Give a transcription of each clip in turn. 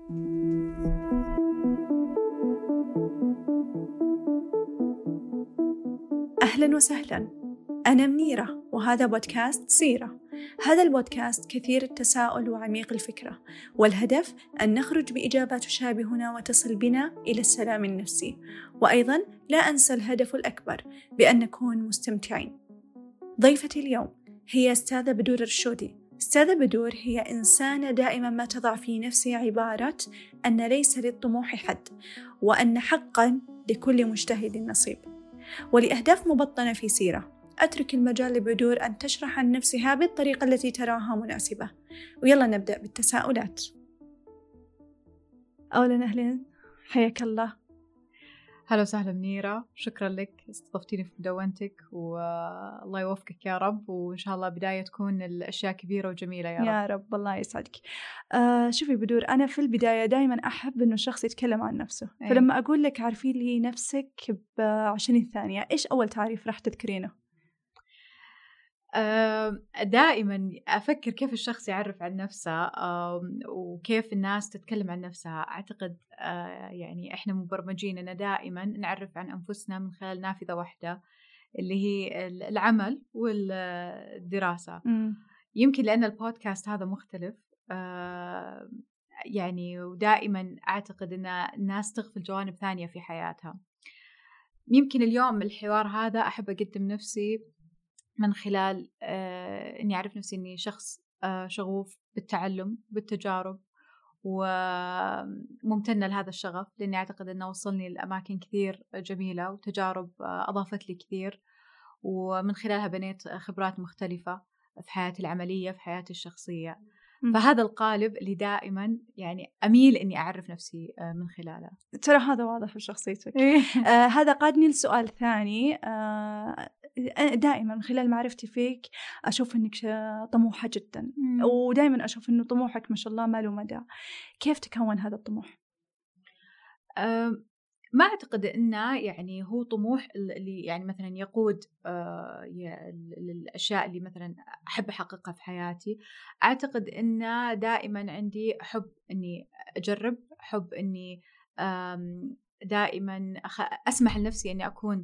أهلا وسهلا، أنا منيرة وهذا بودكاست سيرة. هذا البودكاست كثير التساؤل وعميق الفكرة، والهدف أن نخرج بإجابات تشابهنا وتصل بنا إلى السلام النفسي، وأيضا لا أنسى الهدف الأكبر بأن نكون مستمتعين. ضيفتي اليوم هي أستاذة بدور الرشودي. أستاذة بدور هي إنسانة دائما ما تضع في نفسها عبارة أن ليس للطموح حد، وأن حقا لكل مجتهد نصيب. ولأهداف مبطنة في سيرة أترك المجال لبدور أن تشرح عن نفسها بالطريقة التي تراها مناسبة. ويلا نبدأ بالتساؤلات. أولا أهلا، حياك الله. هلا وسهلا منيرة، شكرا لك استضفتيني في مدونتك، والله يوفقك يا رب، وإن شاء الله بداية تكون الأشياء كبيرة وجميلة يا رب. يا رب الله يسعدك. شوفي بدور، أنا في البداية دائما أحب إنه الشخص يتكلم عن نفسه. فلما أقول لك عارفين لي نفسك ب20 ثانية، إيش أول تعريف راح تذكرينه؟ دائما أفكر كيف الشخص يعرف عن نفسه وكيف الناس تتكلم عن نفسها. أعتقد يعني إحنا مبرمجين أن دائما نعرف عن أنفسنا من خلال نافذة واحدة اللي هي العمل والدراسة. يمكن لأن البودكاست هذا مختلف يعني، ودائما أعتقد أن الناس تغفل جوانب ثانية في حياتها. يمكن اليوم الحوار هذا أحب أقدم نفسي من خلال إني أعرف نفسي إني شخص شغوف بالتعلم بالتجارب، وممتنة لهذا الشغف لأني أعتقد أنه وصلني لأماكن كثير جميلة وتجارب أضافت لي كثير، ومن خلالها بنيت خبرات مختلفة في حياتي العملية في حياتي الشخصية. فهذا القالب اللي دائما يعني أميل إني أعرف نفسي من خلاله. ترى هذا واضح في شخصيتك. هذا قادني لسؤال ثاني. دائما من خلال معرفتي فيك أشوف أنك طموحة جدا، ودائما أشوف أنه طموحك ما شاء الله ما له مدى. كيف تكون هذا الطموح؟ ما أعتقد إنه يعني هو طموح اللي يعني مثلا يقود الأشياء اللي مثلا أحب أحققها في حياتي. أعتقد إنه دائما عندي حب إني أجرب، حب إني دائما أسمح لنفسي إني أكون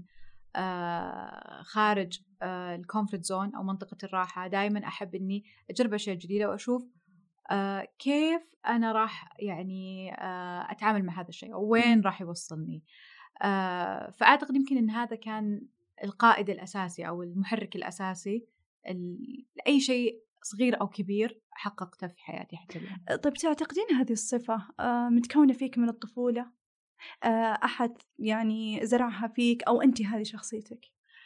خارج الكومفورت زون أو منطقة الراحة. دائما أحب إني أجرب أشياء جديدة وأشوف كيف أنا راح يعني أتعامل مع هذا الشيء أو وين راح يوصلني. فأعتقد يمكن أن هذا كان القائد الأساسي أو المحرك الأساسي لأي شيء صغير أو كبير حققته في حياتي حتى اليوم. طيب تعتقدين هذه الصفة متكونة فيك من الطفولة؟ أحد يعني زرعها فيك أو أنت هذه شخصيتك؟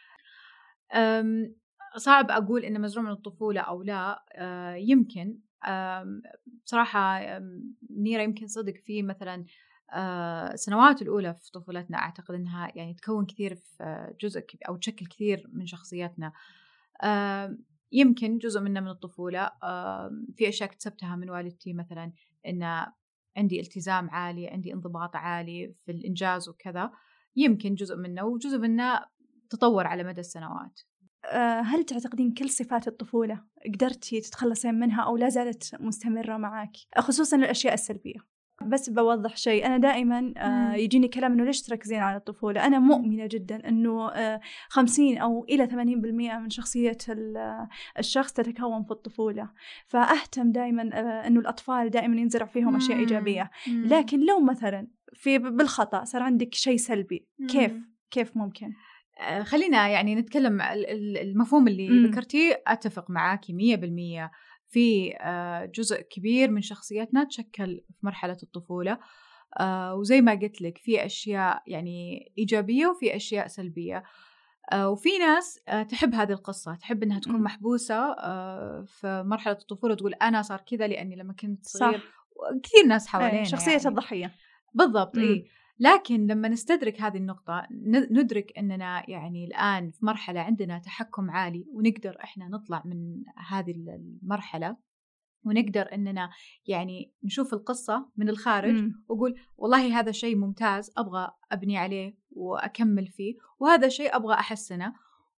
صعب أقول إنه مزروع من الطفولة أو لا. يمكن بصراحة نيرة يمكن صدق في مثلا سنوات الأولى في طفولتنا أعتقد أنها يعني تكون كثير في جزء أو تشكل كثير من شخصياتنا. يمكن جزء منه من الطفولة. في أشياء اكتسبتها من والدتي مثلا إن عندي التزام عالي، عندي انضباط عالي في الإنجاز وكذا. يمكن جزء منه، وجزء منه تطور على مدى السنوات. هل تعتقدين كل صفات الطفولة قدرتي تتخلصين منها أو لا زالت مستمرة معك، خصوصاً الأشياء السلبية؟ بس بوضح شيء، أنا دائماً يجيني كلام إنه ليش تركزين على الطفولة. أنا مؤمنة جداً إنه 50 أو إلى 80% من شخصية الشخص تتكون في الطفولة. فأهتم دائماً إنه الأطفال دائماً ينزرع فيهم أشياء إيجابية. لكن لو مثلاً بالخطأ صار عندك شيء سلبي، كيف ممكن؟ خلينا يعني نتكلم المفهوم اللي ذكرتيه. أتفق معاكي 100%. في جزء كبير من شخصيتنا تشكل في مرحلة الطفولة، وزي ما قلت لك في أشياء يعني إيجابية وفي أشياء سلبية. وفي ناس تحب هذه القصة، تحب أنها تكون محبوسة في مرحلة الطفولة، تقول أنا صار كذا لأني لما كنت صغير. كثير ناس حوالينا شخصية يعني الضحية بالضبط. لكن لما نستدرك هذه النقطة ندرك أننا يعني الآن في مرحلة عندنا تحكم عالي، ونقدر إحنا نطلع من هذه المرحلة، ونقدر أننا يعني نشوف القصة من الخارج وأقول والله هذا شيء ممتاز أبغى أبني عليه وأكمل فيه، وهذا شيء أبغى أحسنه،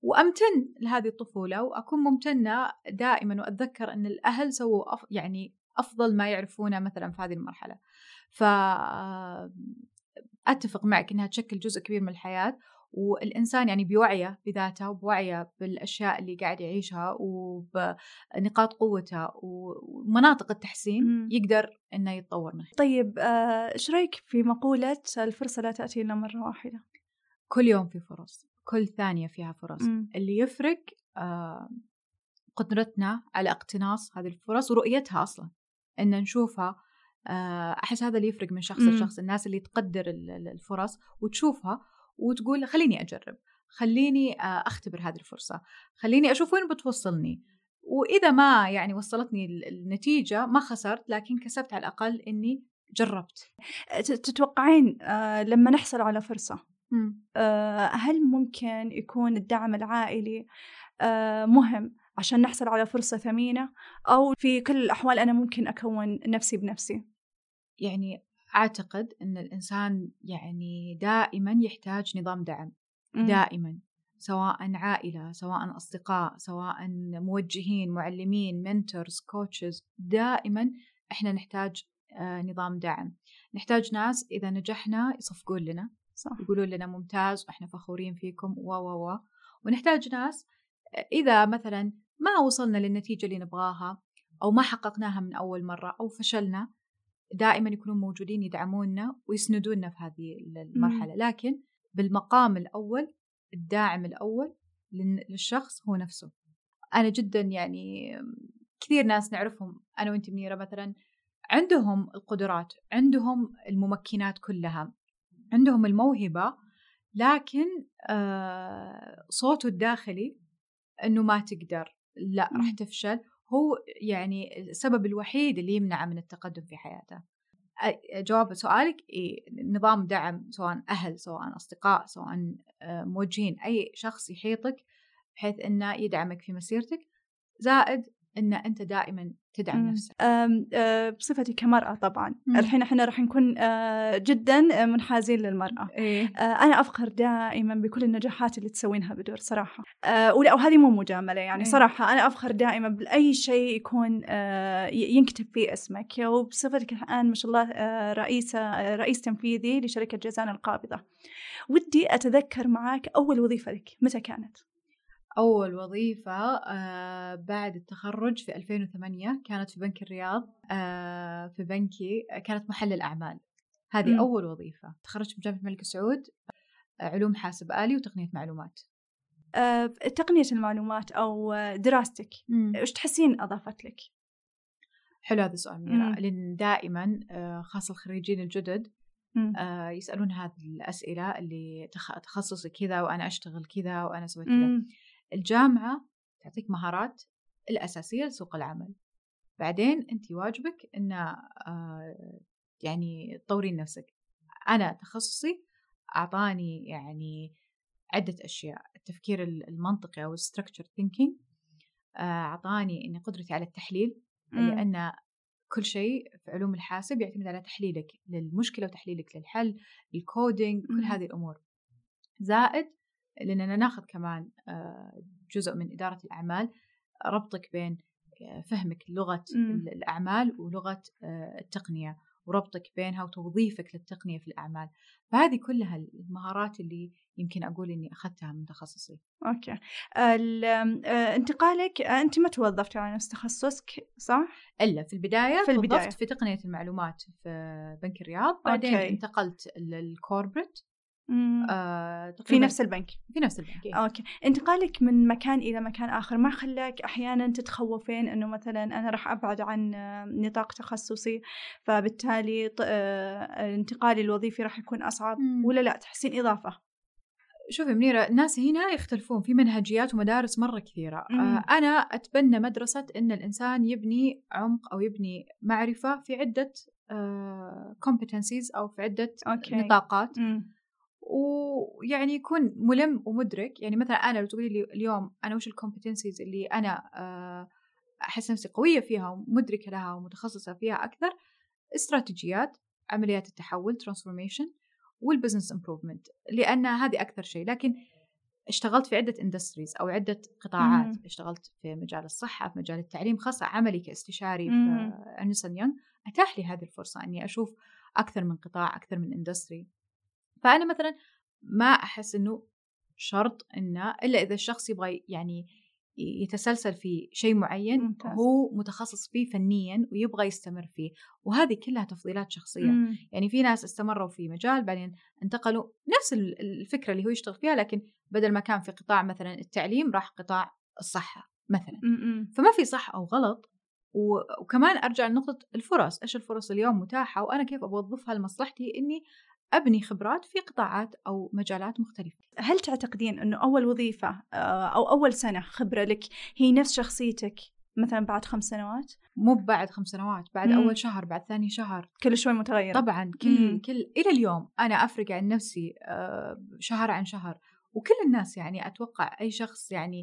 وأمتن لهذه الطفولة وأكون ممتنة دائما، وأتذكر أن الأهل سووا يعني أفضل ما يعرفونه مثلا في هذه المرحلة. فأتفق معك إنها تشكل جزء كبير من الحياة، والإنسان يعني بوعيه بذاته وبوعيه بالأشياء اللي قاعد يعيشها وبنقاط قوته ومناطق التحسين يقدر إنه يتطور منها. طيب إيش رأيك في مقولة الفرصة لا تأتي إلا مرة واحدة؟ كل يوم في فرص، كل ثانية فيها فرص. اللي يفرق قدرتنا على اقتناص هذه الفرص ورؤيتها أصلا، إن نشوفها. أحس هذا اللي يفرق من شخص لشخص. الناس اللي تقدر الفرص وتشوفها وتقول خليني أجرب، خليني أختبر هذه الفرصة، خليني أشوف وين بتوصلني، وإذا ما يعني وصلتني النتيجة ما خسرت، لكن كسبت على الأقل إني جربت. تتوقعين لما نحصل على فرصة هل ممكن يكون الدعم العائلي مهم عشان نحصل على فرصة ثمينة، أو في كل الأحوال أنا ممكن أكون نفسي بنفسي؟ يعني أعتقد أن الإنسان يعني دائما يحتاج نظام دعم. دائما، سواء عائلة، سواء أصدقاء، سواء موجهين، معلمين، منتورز، كوتشز، دائما إحنا نحتاج نظام دعم. نحتاج ناس إذا نجحنا يصفقون لنا، صح. يقولون لنا ممتاز وإحنا فخورين فيكم ونحتاج ناس إذا مثلا ما وصلنا للنتيجة اللي نبغاها أو ما حققناها من أول مرة أو فشلنا، دائما يكونون موجودين يدعموننا ويسندوننا في هذه المرحلة. لكن بالمقام الأول، الداعم الأول للشخص هو نفسه. أنا جدا يعني كثير ناس نعرفهم أنا وإنت منيرة مثلا، عندهم القدرات، عندهم الممكنات كلها، عندهم الموهبة، لكن صوته الداخلي أنه ما تقدر، لا راح تفشل، هو يعني السبب الوحيد اللي يمنعه من التقدم في حياته. جواب سؤالك إيه، نظام دعم، سواء أهل، سواء أصدقاء، سواء موجهين، أي شخص يحيطك بحيث أنه يدعمك في مسيرتك، زائد أن أنت دائما تدعم نفسك. بصفتي كمرأة طبعا الحين احنا راح نكون جدا منحازين للمرأة. أنا أفخر دائما بكل النجاحات اللي تسوينها بدور صراحة، وهذه مو مجاملة يعني. صراحة أنا أفخر دائما بأي شيء يكون ينكتب فيه اسمك. وبصفتك الآن ما شاء الله رئيس تنفيذي لشركة جازان القابضة، ودي أتذكر معاك أول وظيفة لك متى كانت؟ أول وظيفة بعد التخرج في 2008 كانت في بنك الرياض، في بنكي، كانت محلل أعمال. هذه أول وظيفة. تخرجت من جامعة الملك سعود، علوم حاسب آلي وتقنية معلومات. تقنية المعلومات أو دراستك إيش تحسين أضافت لك؟ حلو هذا السؤال منيرة، لأن دائما خاصة الخريجين الجدد يسألون هذه الأسئلة اللي تخصصي كذا وأنا أشتغل كذا وأنا أسوي كذا. الجامعة تعطيك مهارات الأساسية لسوق العمل، بعدين أنت واجبك أن يعني تطورين نفسك. أنا تخصصي أعطاني يعني عدة أشياء، التفكير المنطقي أو structure thinking، أعطاني إني قدرتي على التحليل، لأن كل شيء في علوم الحاسب يعتمد على تحليلك للمشكلة وتحليلك للحل، الكودينج، كل هذه الأمور. زائد لأننا ناخذ كمان جزء من إدارة الأعمال، ربطك بين فهمك لغة الأعمال ولغة التقنية، وربطك بينها وتوظيفك للتقنية في الأعمال. فهذه كلها المهارات اللي يمكن أقول إني أخذتها من تخصصي. أوكي. انتقالك، أنت ما توظفتي على نفس تخصصك صح؟ إلا في البداية توظفت في تقنية المعلومات في بنك الرياض، بعدين انتقلت للكوربريت في نفس البنك. في نفس البنك. أوكي. انتقالك من مكان إلى مكان آخر ما خلاك أحيانا تتخوفين إنه مثلا أنا راح أبعد عن نطاق تخصصي فبالتالي انتقالي الوظيفي راح يكون أصعب، ولا لا تحسين إضافة؟ شوفي منيرة، الناس هنا يختلفون في منهجيات ومدارس مرة كثيرة. أنا أتبنى مدرسة إن الإنسان يبني عمق أو يبني معرفة في عدة competencies أو في عدة نطاقات، ويعني يكون ملم ومدرك. يعني مثلا أنا لو تقولي لي اليوم أنا وش الكومبتنسيز اللي أنا أحس نفسي قوية فيها ومدركة لها ومتخصصة فيها أكثر، استراتيجيات، عمليات التحول transformation، والبزنس امبروفمنت، لأن هذه أكثر شيء. لكن اشتغلت في عدة اندستريز أو عدة قطاعات. اشتغلت في مجال الصحة، في مجال التعليم، خاصة عملي كاستشاري في أرنست أند يونغ أتاح لي هذه الفرصة أني أشوف أكثر من قطاع، أكثر من اندستري. فأنا مثلا ما أحس إنه شرط إنه إلا إذا الشخص يبغى يعني يتسلسل في شيء معين ممتاز. هو متخصص فيه فنيا ويبغى يستمر فيه، وهذه كلها تفضيلات شخصية. يعني في ناس استمروا في مجال بعدين انتقلوا نفس الفكرة اللي هو يشتغل فيها، لكن بدل ما كان في قطاع مثلا التعليم راح قطاع الصحة مثلا. فما في صح أو غلط. وكمان أرجع لنقطة الفرص، إيش الفرص اليوم متاحة وأنا كيف أوظفها لمصلحتي إني أبني خبرات في قطاعات أو مجالات مختلفة. هل تعتقدين أنه أول وظيفة أو أول سنة خبرة لك هي نفس شخصيتك مثلا بعد 5 سنوات؟ مو بعد 5 سنوات، بعد أول شهر، بعد ثاني شهر، كل شوي متغيرة طبعا. كل إلى اليوم أنا أفرق عن نفسي شهر عن شهر. وكل الناس يعني أتوقع أي شخص يعني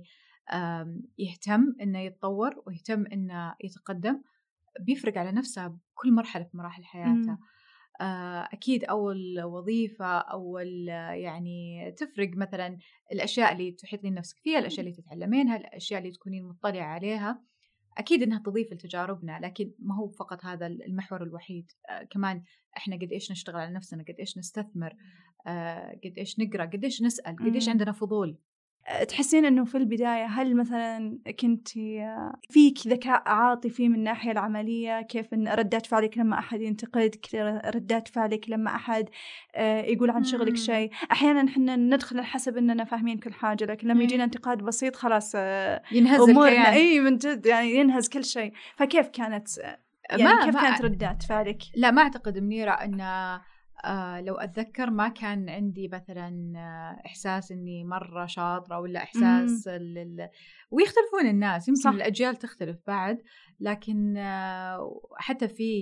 يهتم إنه يتطور ويهتم إنه يتقدم بيفرق على نفسه بكل مرحلة في مراحل حياته. أكيد أول وظيفة، أول يعني تفرق مثلا الأشياء اللي تحيطين نفسك فيها، الأشياء اللي تتعلمينها، الأشياء اللي تكونين مطلعة عليها، أكيد إنها تضيف لتجاربنا، لكن ما هو فقط هذا المحور الوحيد. كمان إحنا قد إيش نشتغل على نفسنا، قد إيش نستثمر، قد إيش نقرأ، قد إيش نسأل، قد إيش عندنا فضول. تحسين أنه في البداية هل مثلا كنتي فيك ذكاء عاطفي من الناحية العملية؟ كيف إن ردات فعلك لما أحد ينتقدك، ردات فعلك لما أحد يقول عن شغلك شيء؟ أحيانا إحنا ندخل نحسب أننا فاهمين كل حاجة، لكن لما يجينا انتقاد بسيط خلاص ينهز أمورنا الكيان. من جد يعني ينهز كل شيء. فكيف كانت يعني كيف كانت ردات فعلك؟ لا ما أعتقد منيرة أن لو أتذكر ما كان عندي مثلا إحساس أني مرة شاطرة ولا إحساس ويختلفون الناس، يمكن صح. الأجيال تختلف بعد، لكن حتى في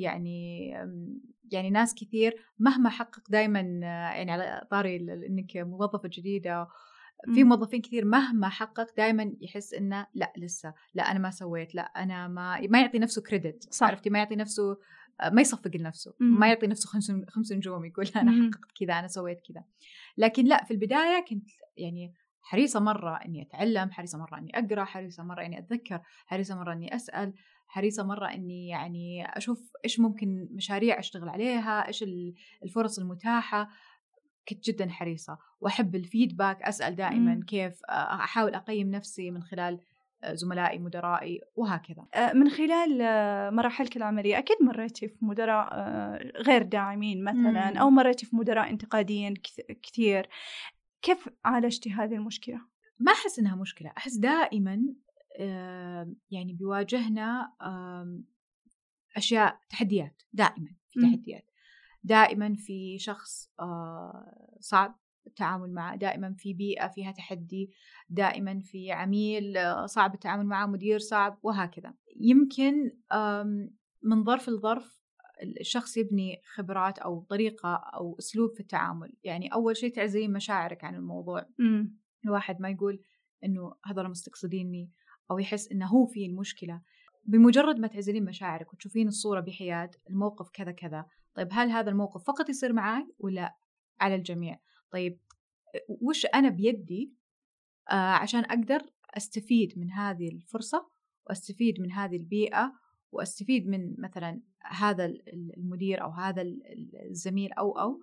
يعني ناس كثير مهما حقق دايما يعني على طاري أنك موظفة جديدة، في موظفين كثير مهما حقق دائما يحس إنه لا لسه، لا أنا ما سويت، لا أنا ما يعطي نفسه كريدت، عرفتي؟ ما يعطي نفسه، ما يصفق لنفسه، ما يعطي نفسه 5 نجوم يقول أنا حققت كذا، أنا سويت كذا. لكن لا، في البداية كنت يعني حريصة مرة إني أتعلم، حريصة مرة إني أقرأ، حريصة مرة إني أتذكر، حريصة مرة إني أسأل، حريصة مرة إني يعني أشوف إيش ممكن مشاريع أشتغل عليها، إيش الفرص المتاحة. كنت جدا حريصة وأحب الفيدباك، أسأل دائما كيف، أحاول أقيم نفسي من خلال زملائي، مدرائي، وهكذا. من خلال مراحلك العملية أكيد مريتي في مدراء غير داعمين مثلا، أو مريتي في مدراء انتقاديين كثير. كيف عالجتي هذه المشكلة؟ ما أحس إنها مشكلة، أحس دائما يعني بيواجهنا أشياء، تحديات، دائما في تحديات، دائما في شخص صعب التعامل معه، دائما في بيئة فيها تحدي، دائما في عميل صعب التعامل معه، مدير صعب، وهكذا. يمكن من ظرف لظرف الشخص يبني خبرات أو طريقة أو أسلوب في التعامل. يعني أول شيء تعزلين مشاعرك عن الموضوع. الواحد ما يقول إنه هذول مستقصديني أو يحس إنه هو فيه المشكلة. بمجرد ما تعزلين مشاعرك وتشوفين الصورة بحياد، الموقف كذا كذا، طيب هل هذا الموقف فقط يصير معاي ولا على الجميع؟ طيب وش أنا بيدي عشان أقدر أستفيد من هذه الفرصة وأستفيد من هذه البيئة وأستفيد من مثلا هذا المدير أو هذا الزميل أو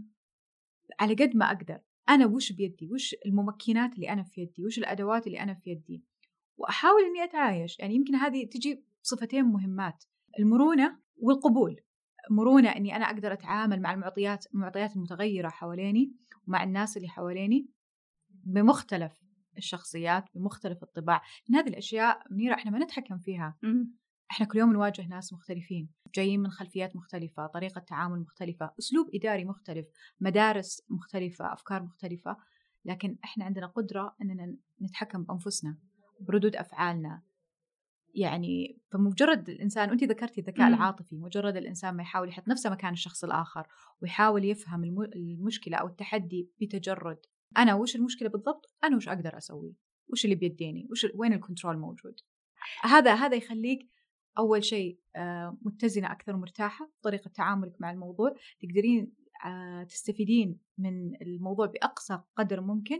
على قد ما أقدر. أنا وش بيدي، وش الممكنات اللي أنا في يدي، وش الأدوات اللي أنا في يدي، وأحاول أني أتعايش. يعني يمكن هذه تجي بصفتين مهمات، المرونة والقبول. مرونة أني أنا أقدر أتعامل مع المعطيات المتغيرة حواليني ومع الناس اللي حواليني بمختلف الشخصيات، بمختلف الطباع. لأن هذه الأشياء منيرة إحنا ما نتحكم فيها. إحنا كل يوم نواجه ناس مختلفين، جايين من خلفيات مختلفة، طريقة تعامل مختلفة، أسلوب إداري مختلف، مدارس مختلفة، أفكار مختلفة. لكن إحنا عندنا قدرة أننا نتحكم بأنفسنا، بردود أفعالنا. يعني فمجرد الإنسان، وأنت ذكرتي الذكاء العاطفي، مجرد الإنسان ما يحاول يحط نفسه مكان الشخص الآخر ويحاول يفهم المشكلة أو التحدي بتجرد، أنا وش المشكلة بالضبط، أنا وش أقدر أسوي، وش اللي بيديني، وين الكنترول موجود. هذا يخليك أول شيء متزنة أكثر ومرتاحة طريقة تعاملك مع الموضوع، تقدرين تستفيدين من الموضوع بأقصى قدر ممكن،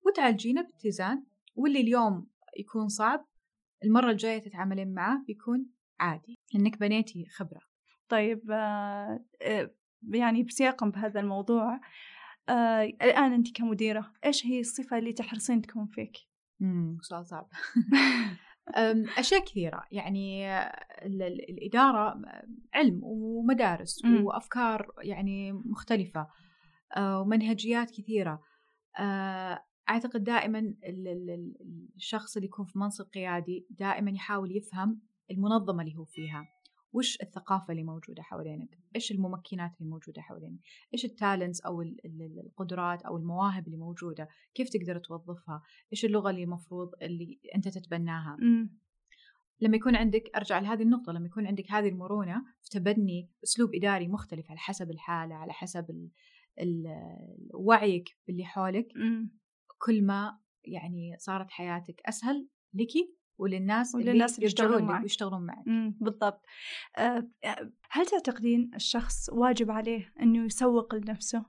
وتعالجينه باتزان، واللي اليوم يكون صعب المرة الجاية تتعاملين معه بيكون عادي، إنك بنيتي خبرة. طيب يعني بسياقا بهذا الموضوع، الآن أنت كمديرة إيش هي الصفة اللي تحرصين تكون فيك؟ سؤال صعب. أشياء كثيرة، يعني الإدارة علم ومدارس وأفكار يعني مختلفة، ومنهجيات كثيرة. أعتقد دائما الشخص اللي يكون في منصب قيادي دائما يحاول يفهم المنظمة اللي هو فيها، وش الثقافة اللي موجودة حوالينك، إيش الممكنات اللي موجودة حوالينك، إيش التالنتس أو القدرات أو المواهب اللي موجودة، كيف تقدر توظفها، إيش اللغة اللي المفروض اللي أنت تتبناها. لما يكون عندك، أرجع لهذه النقطة، لما يكون عندك هذه المرونة في تبني أسلوب إداري مختلف على حسب الحالة، على حسب وعيك باللي حولك، كل ما يعني صارت حياتك أسهل لك وللناس اللي يرجعون لك ويشتغلون معك. بالضبط. هل تعتقدين الشخص واجب عليه أنه يسوق لنفسه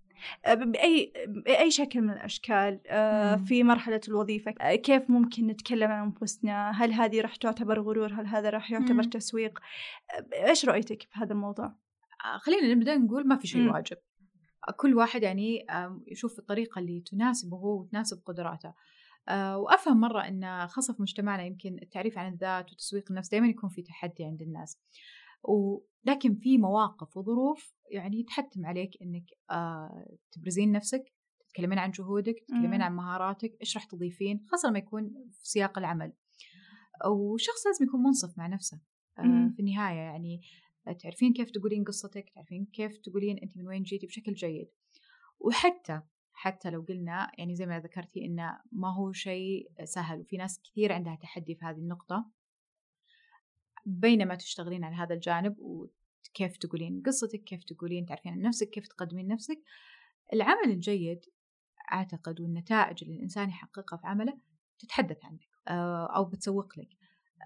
بأي شكل من الأشكال في مرحلة الوظيفة؟ كيف ممكن نتكلم عن أنفسنا؟ هل هذه راح تعتبر غرور؟ هل هذا راح يعتبر تسويق؟ إيش رأيتك بهذا الموضوع؟ خلينا نبدأ نقول ما في شيء واجب، كل واحد يعني يشوف الطريقة اللي تناسبه هو وتناسب قدراته. وأفهم مرة أن خاصة في مجتمعنا يمكن التعريف عن الذات وتسويق النفس دائما يكون في تحدي عند الناس، ولكن في مواقف وظروف يعني تحتم عليك أنك تبرزين نفسك، تتكلمين عن جهودك، تتكلمين عن مهاراتك، إيش راح تضيفين، خاصة لما يكون في سياق العمل. وشخص لازم يكون منصف مع نفسه في النهاية، يعني تعرفين كيف تقولين قصتك، تعرفين كيف تقولين أنت من وين جيتي بشكل جيد. وحتى لو قلنا يعني زي ما ذكرتي إنه ما هو شيء سهل، وفي ناس كثير عندها تحدي في هذه النقطة، بينما تشتغلين على هذا الجانب وكيف تقولين قصتك، كيف تقولين تعرفين عن نفسك، كيف تقدمين نفسك، العمل الجيد أعتقد والنتائج اللي الإنسان يحققها في عمله تتحدث عنك أو بتسوق لك.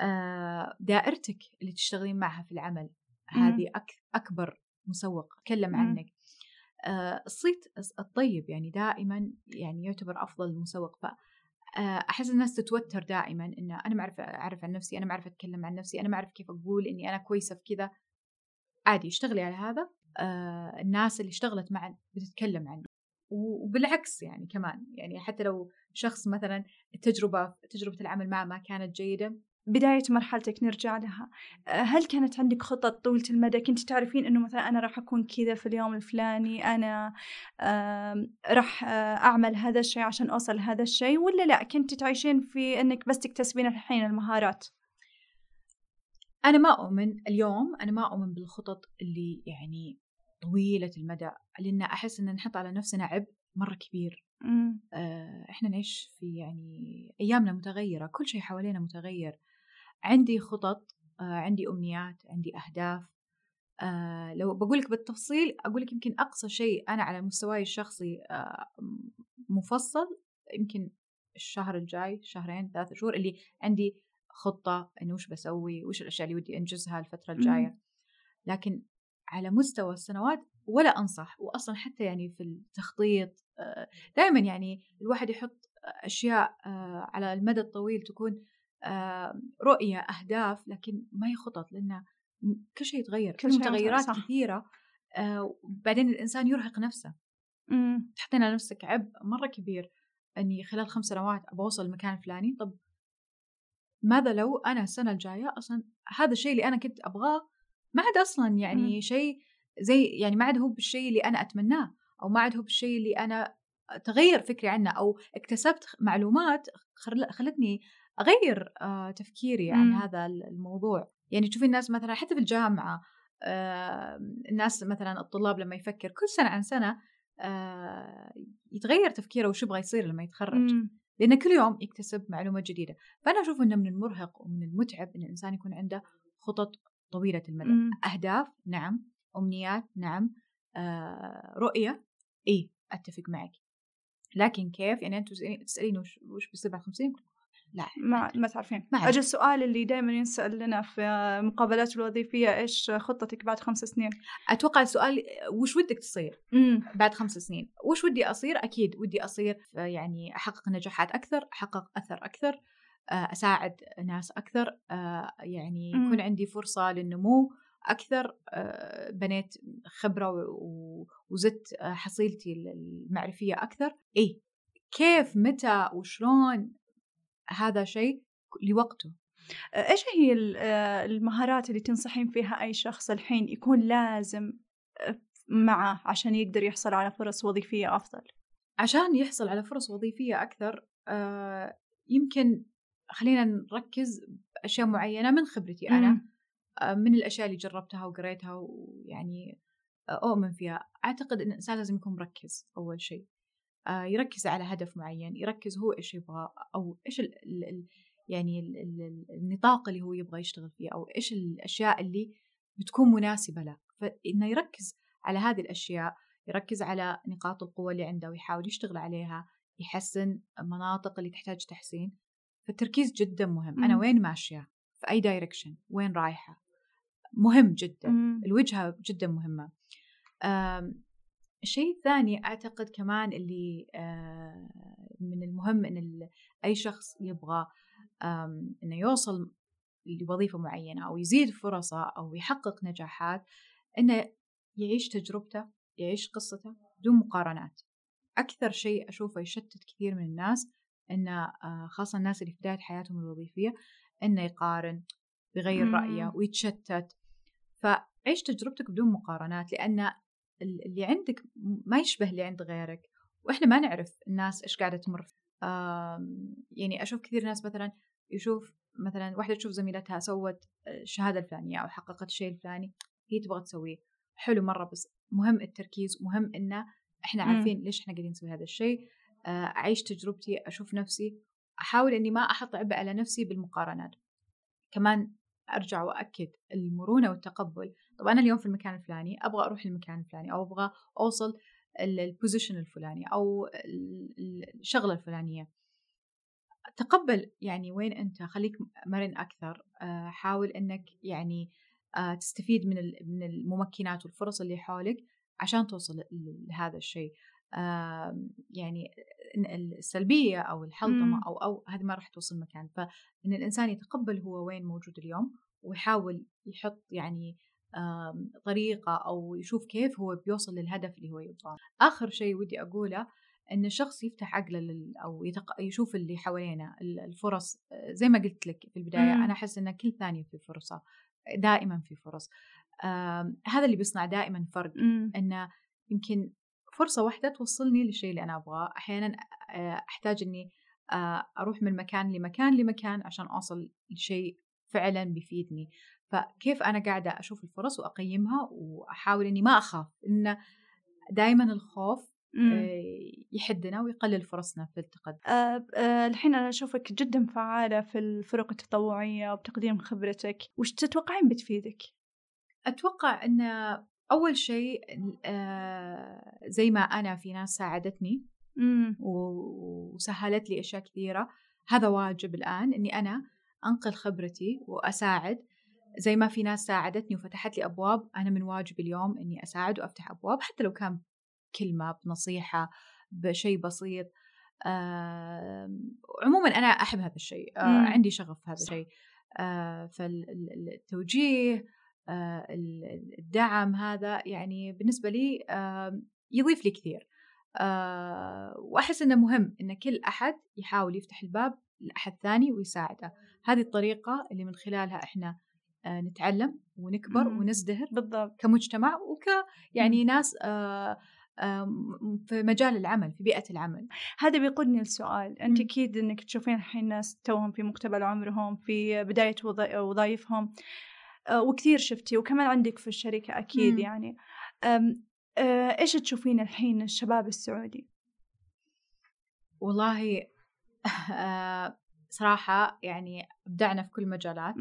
دائرتك اللي تشتغلين معها في العمل هذه أكبر مسوق، تكلم عنك. الصيت الطيب يعني دائما يعني يعتبر أفضل مسوق. فأحس الناس تتوتر دائما إن أنا ما أعرف عن نفسي، أنا ما أعرف أتكلم عن نفسي، أنا ما أعرف كيف أقول إني أنا كويسة في كذا. عادي، اشتغلي على هذا. الناس اللي اشتغلت معا بتتكلم عنه، وبالعكس يعني كمان، يعني حتى لو شخص مثلا تجربة العمل معه ما كانت جيدة، بداية مرحلتك نرجع لها، هل كانت عندك خطط طويلة المدى؟ كنت تعرفين إنه مثلا أنا راح أكون كذا في اليوم الفلاني، أنا راح أعمل هذا الشيء عشان أوصل لهذا الشيء، ولا لا كنت تعيشين في إنك بس تكتسبين الحين المهارات؟ أنا ما أؤمن بالخطط اللي يعني طويلة المدى، لأن أحس إن نحط على نفسنا عبء مرة كبير. إحنا نعيش في يعني أيامنا متغيرة، كل شيء حوالينا متغير. عندي خطط، عندي أمنيات، عندي أهداف. لو بقولك بالتفصيل أقولك يمكن أقصى شيء أنا على مستواي الشخصي مفصل، يمكن الشهر الجاي، 2-3 شهور اللي عندي خطة إنه وش بسوي، وش الأشياء اللي ودي أنجزها الفترة الجاية. لكن على مستوى السنوات ولا أنصح. وأصلا حتى يعني في التخطيط دائما يعني الواحد يحط أشياء على المدى الطويل تكون رؤية، أهداف، لكن ما هي خطط، لأن كل شيء يتغير، في متغيرات كثيرة. وبعدين الإنسان يرهق نفسه. تحطين على نفسك عبء مرة كبير أني خلال 5 سنوات أبغى أوصل المكان الفلاني. طب ماذا لو أنا السنة الجاية أصلا هذا الشيء اللي أنا كنت أبغاه ما عاد أصلا يعني شيء زي يعني ما عاد هو بالشيء اللي أنا أتمناه، أو ما عاد هو بالشيء اللي أنا تغير فكري عنه، أو اكتسبت معلومات خلتني أغير تفكيري عن هذا الموضوع. يعني تشوفي الناس مثلا حتى في الجامعة، الناس مثلا الطلاب لما يفكر كل سنة عن سنة يتغير تفكيره وش يبغى يصير لما يتخرج، لأن كل يوم يكتسب معلومات جديدة. فأنا أشوف أنه من المرهق ومن المتعب أن الإنسان يكون عنده خطط طويلة المدى. أهداف نعم، أمنيات نعم، رؤية أتفق معك، لكن كيف؟ يعني أنت تسألين وش بيصير بعد 50، لا ما تعرفين. ما أعرف. أجل السؤال اللي دائما ينسأل لنا في مقابلات الوظيفية، إيش خطتك بعد 5 سنين؟ أتوقع السؤال وش ودك تصير بعد 5 سنين؟ وش ودي أصير؟ أكيد ودي أصير يعني أحقق نجاحات أكثر، أحقق أثر أكثر، أساعد ناس أكثر، يعني يكون عندي فرصة للنمو أكثر، بنيت خبرة وزدت حصيلتي المعرفية أكثر. إيه كيف متى وشلون هذا شيء لوقته. إيش هي المهارات اللي تنصحين فيها أي شخص الحين يكون لازم معه عشان يقدر يحصل على فرص وظيفية أفضل؟ عشان يحصل على فرص وظيفية أكثر يمكن خلينا نركز بأشياء معينة من خبرتي أنا، من الأشياء اللي جربتها وقريتها ويعني أؤمن فيها. أعتقد أن الإنسان لازم يكون مركز أول شيء، يركز على هدف معين، يركز هو إيش يبغى أو إيش يعني النطاق اللي هو يبغى يشتغل فيه، أو إيش الأشياء اللي بتكون مناسبة له. فإنه يركز على هذه الأشياء، يركز على نقاط القوة اللي عنده ويحاول يشتغل عليها، يحسن مناطق اللي تحتاج تحسين. فالتركيز جدا مهم. أنا وين ماشية، في أي دايركشن، وين رايحة، مهم جدا. الوجهة جدا مهمة. الشيء الثاني أعتقد كمان اللي من المهم إن أي شخص يبغى إنه يوصل لوظيفة معينة أو يزيد فرصه أو يحقق نجاحات، إنه يعيش تجربته، يعيش قصته بدون مقارنات. أكثر شيء أشوفه يشتت كثير من الناس إنه خاصة الناس اللي في بداية حياتهم الوظيفية، إنه يقارن، بيغير رأيه ويتشتت. فعيش تجربتك بدون مقارنات، لأن اللي عندك ما يشبه اللي عند غيرك، وإحنا ما نعرف الناس إيش قاعدة تمر. يعني أشوف كثير ناس مثلا يشوف مثلا واحدة تشوف زميلتها سوت الشهادة الفلانية أو حققت الشيء الفلاني، هي تبغى تسويه. حلو مرة، بس مهم التركيز، مهم إنه إحنا عارفين ليش إحنا قاعدين نسوي هذا الشيء. أعيش تجربتي، أشوف نفسي، أحاول إني ما أحط عبء على نفسي بالمقارنات. كمان أرجع وأكد المرونة والتقبل. طبعا أنا اليوم في المكان الفلاني، أبغى أروح المكان الفلاني، أو أبغى أوصل البوزيشن الفلاني أو الشغلة الفلانية. تقبل يعني وين أنت، خليك مرن أكثر. حاول أنك يعني تستفيد من الممكنات والفرص اللي حولك عشان توصل لهذا الشيء. يعني السلبية أو الحلطمة أو هذه ما راح توصل مكان. فإن الإنسان يتقبل هو وين موجود اليوم، ويحاول يحط يعني طريقة أو يشوف كيف هو بيوصل للهدف اللي هو يبغاه. آخر شيء ودي أقوله إن الشخص يفتح عقله أو يشوف اللي حوالينا الفرص. زي ما قلت لك في البداية، أنا أحس إن كل ثانية في فرصة، دائما في فرص. هذا اللي بيصنع دائما فرق. إنه يمكن فرصة واحدة توصلني للشيء اللي أنا أبغاه. أحيانا أحتاج إني أروح من مكان لمكان عشان أوصل لشيء فعلا بيفيدني. فكيف أنا قاعدة أشوف الفرص وأقيمها وأحاول إني ما أخاف، إن دائما الخوف يحدنا ويقلل فرصنا في التقدم. الحين أنا أشوفك جدا فعالة في الفرق التطوعية وبتقديم خبرتك، وش تتوقعين بتفيدك؟ أتوقع أن أول شيء زي ما أنا في ناس ساعدتني وسهلت لي أشياء كثيرة، هذا واجب الآن أني أنا أنقل خبرتي وأساعد. زي ما في ناس ساعدتني وفتحت لي أبواب، أنا من واجب اليوم أني أساعد وأفتح أبواب، حتى لو كان كلمة، بنصيحة، بشيء بسيط. عموما أنا أحب هذا الشيء، عندي شغف في هذا الشيء. فالتوجيه، الدعم، هذا يعني بالنسبة لي يضيف لي كثير. وأحس أنه مهم أن كل أحد يحاول يفتح الباب لأحد ثاني ويساعده. هذه الطريقة اللي من خلالها إحنا نتعلم ونكبر ونزدهر بالضبط كمجتمع يعني ناس في مجال العمل، في بيئة العمل. هذا بيقودني لسؤال. أنت أكيد أنك تشوفين الحين ناس توهم في مقتبل عمرهم، في بداية وظائفهم، وكثير شفتي وكمان عندك في الشركة أكيد. يعني إيش تشوفين الحين الشباب السعودي؟ والله صراحة يعني أبدعنا في كل مجالات.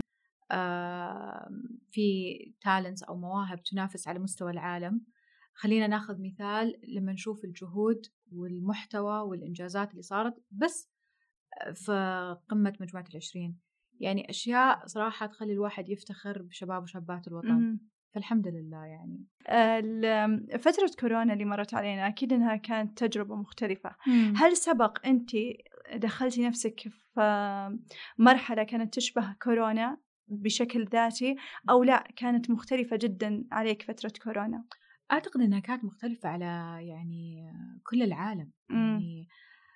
في تالنتس أو مواهب تنافس على مستوى العالم. خلينا ناخذ مثال لما نشوف الجهود والمحتوى والإنجازات اللي صارت بس في قمة مجموعة ال20. يعني أشياء صراحة تخلي الواحد يفتخر بشباب وشابات الوطن. فالحمد لله. يعني فترة كورونا اللي مرت علينا أكيد أنها كانت تجربة مختلفة. هل سبق أنت دخلتي نفسك في مرحلة كانت تشبه كورونا بشكل ذاتي أو لا كانت مختلفة جدا عليك فترة كورونا؟ أعتقد أنها كانت مختلفة على يعني كل العالم. يعني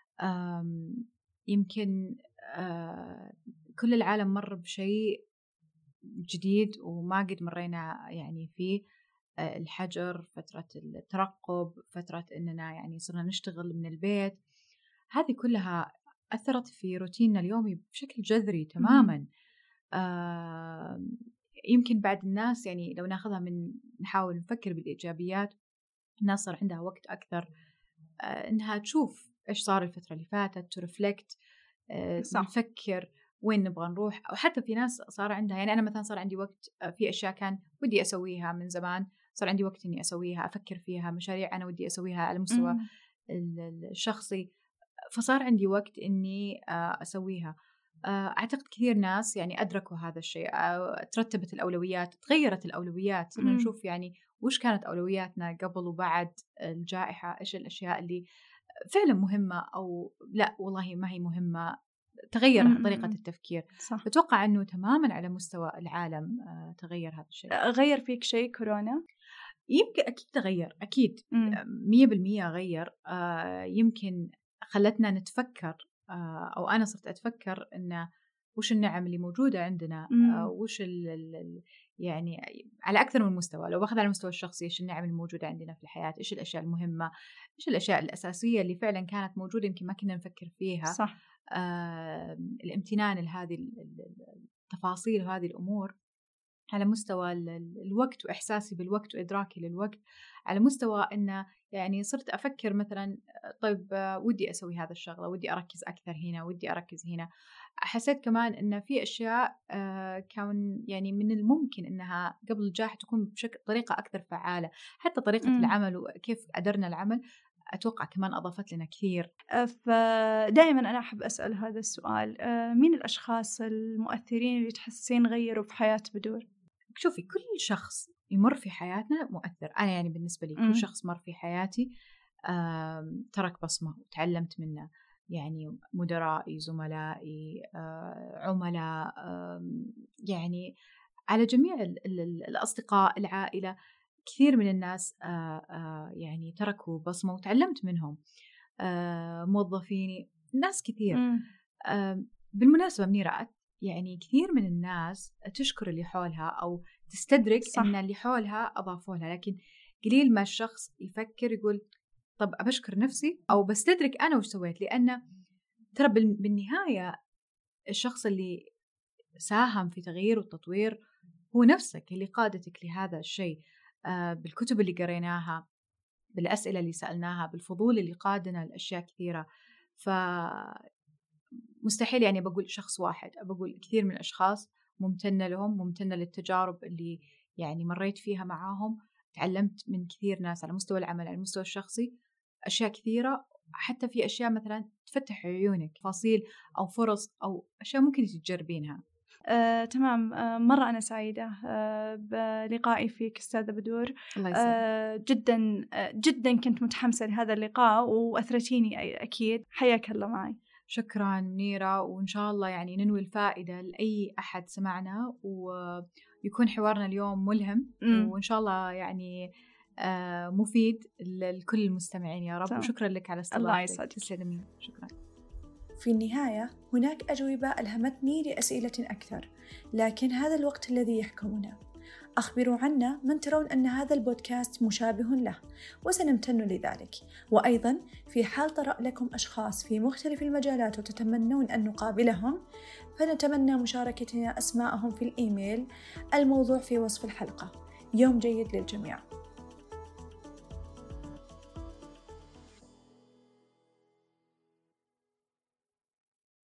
يمكن كل العالم مر بشيء جديد وما قد مرينا يعني فيه. الحجر، فترة الترقب، فترة أننا يعني صرنا نشتغل من البيت، هذه كلها أثرت في روتيننا اليومي بشكل جذري تماما. يمكن بعد الناس يعني لو ناخذها من نحاول نفكر بالإيجابيات، الناس صار عندها وقت أكثر إنها تشوف إيش صار الفترة اللي فاتت، ترفلكت، نفكر وين نبغى نروح. أو حتى في ناس صار عندها، يعني أنا مثلا صار عندي وقت في أشياء كان ودي أسويها من زمان، صار عندي وقت إني أسويها، أفكر فيها، مشاريع أنا ودي أسويها على المستوى الشخصي، فصار عندي وقت إني أسويها. أعتقد كثير ناس يعني أدركوا هذا الشيء، ترتبت الأولويات، تغيرت الأولويات، صرنا نشوف يعني وش كانت أولوياتنا قبل وبعد الجائحة، إيش الأشياء اللي فعلا مهمة أو لا والله ما هي مهمة. تغير طريقة التفكير. صح. أتوقع أنه تماما على مستوى العالم تغير هذا الشيء. غير فيك شيء كورونا؟ يمكن أكيد تغير، أكيد 100% غير. يمكن خلتنا نتفكر، أو أنا صرت أتفكر إنه وش النعم اللي موجودة عندنا، وش يعني على أكثر من مستوى. لو باخذ على المستوى الشخصي، إيش النعم الموجودة عندنا في الحياة، إيش الأشياء المهمة، إيش الأشياء الأساسية اللي فعلا كانت موجودة يمكن ما كنا نفكر فيها. صح. الامتنان لهذه التفاصيل وهذه الأمور على مستوى الوقت وإحساسي بالوقت وإدراكي للوقت، على مستوى أنه يعني صرت أفكر مثلا طيب ودي أسوي هذا الشغلة، ودي أركز أكثر هنا، ودي أركز هنا. حسيت كمان أن في أشياء كان يعني من الممكن أنها قبل الجائحة تكون طريقة أكثر فعالة، حتى طريقة العمل وكيف أدرنا العمل أتوقع كمان أضافت لنا كثير. فدائما أنا أحب أسأل هذا السؤال، مين الأشخاص المؤثرين اللي تحسين غيروا في حياة بدور؟ شوفي، كل شخص يمر في حياتنا مؤثر. أنا يعني بالنسبة لي كل شخص مر في حياتي ترك بصمة وتعلمت منه. يعني مدرائي، زملائي، عملاء، يعني على جميع الأصدقاء، العائلة، كثير من الناس يعني تركوا بصمة وتعلمت منهم. موظفيني، ناس كثير. بالمناسبة منيرة، يعني كثير من الناس تشكر اللي حولها أو تستدرك أن اللي حولها أضافوا لها، لكن قليل ما الشخص يفكر يقول طب أبشكر نفسي أو بستدرك أنا وش سويت. لأن ترى بالنهاية الشخص اللي ساهم في تغيير والتطوير هو نفسك، اللي قادتك لهذا الشيء، بالكتب اللي قريناها، بالأسئلة اللي سألناها، بالفضول اللي قادنا لأشياء كثيرة. مستحيل يعني بقول شخص واحد، بقول كثير من الأشخاص ممتنة لهم، ممتنة للتجارب اللي يعني مريت فيها معاهم. تعلمت من كثير ناس على مستوى العمل، على المستوى الشخصي، أشياء كثيرة. حتى في أشياء مثلا تفتح عيونك، تفاصيل أو فرص أو أشياء ممكن تجربينها. تمام. مرة أنا سعيدة بلقائي فيك أستاذة بدور. الله يسلمك. جدا جدا كنت متحمسة لهذا اللقاء وأثرتيني أكيد. حياك الله معي. شكرا منيرة، وإن شاء الله يعني ننوي الفائدة لأي أحد سمعنا، ويكون حوارنا اليوم ملهم، وإن شاء الله يعني مفيد لكل المستمعين يا رب. وشكرا لك على استضافتك. الله يسعدك. تسلمي. شكرا. في النهاية هناك أجوبة ألهمتني لأسئلة أكثر، لكن هذا الوقت الذي يحكمنا. أخبروا عنا من ترون أن هذا البودكاست مشابه له، وسنمتن لذلك. وأيضا في حال طرأ لكم أشخاص في مختلف المجالات وتتمنون أن نقابلهم، فنتمنى مشاركتنا أسماءهم في الإيميل الموضوع في وصف الحلقة. يوم جيد للجميع.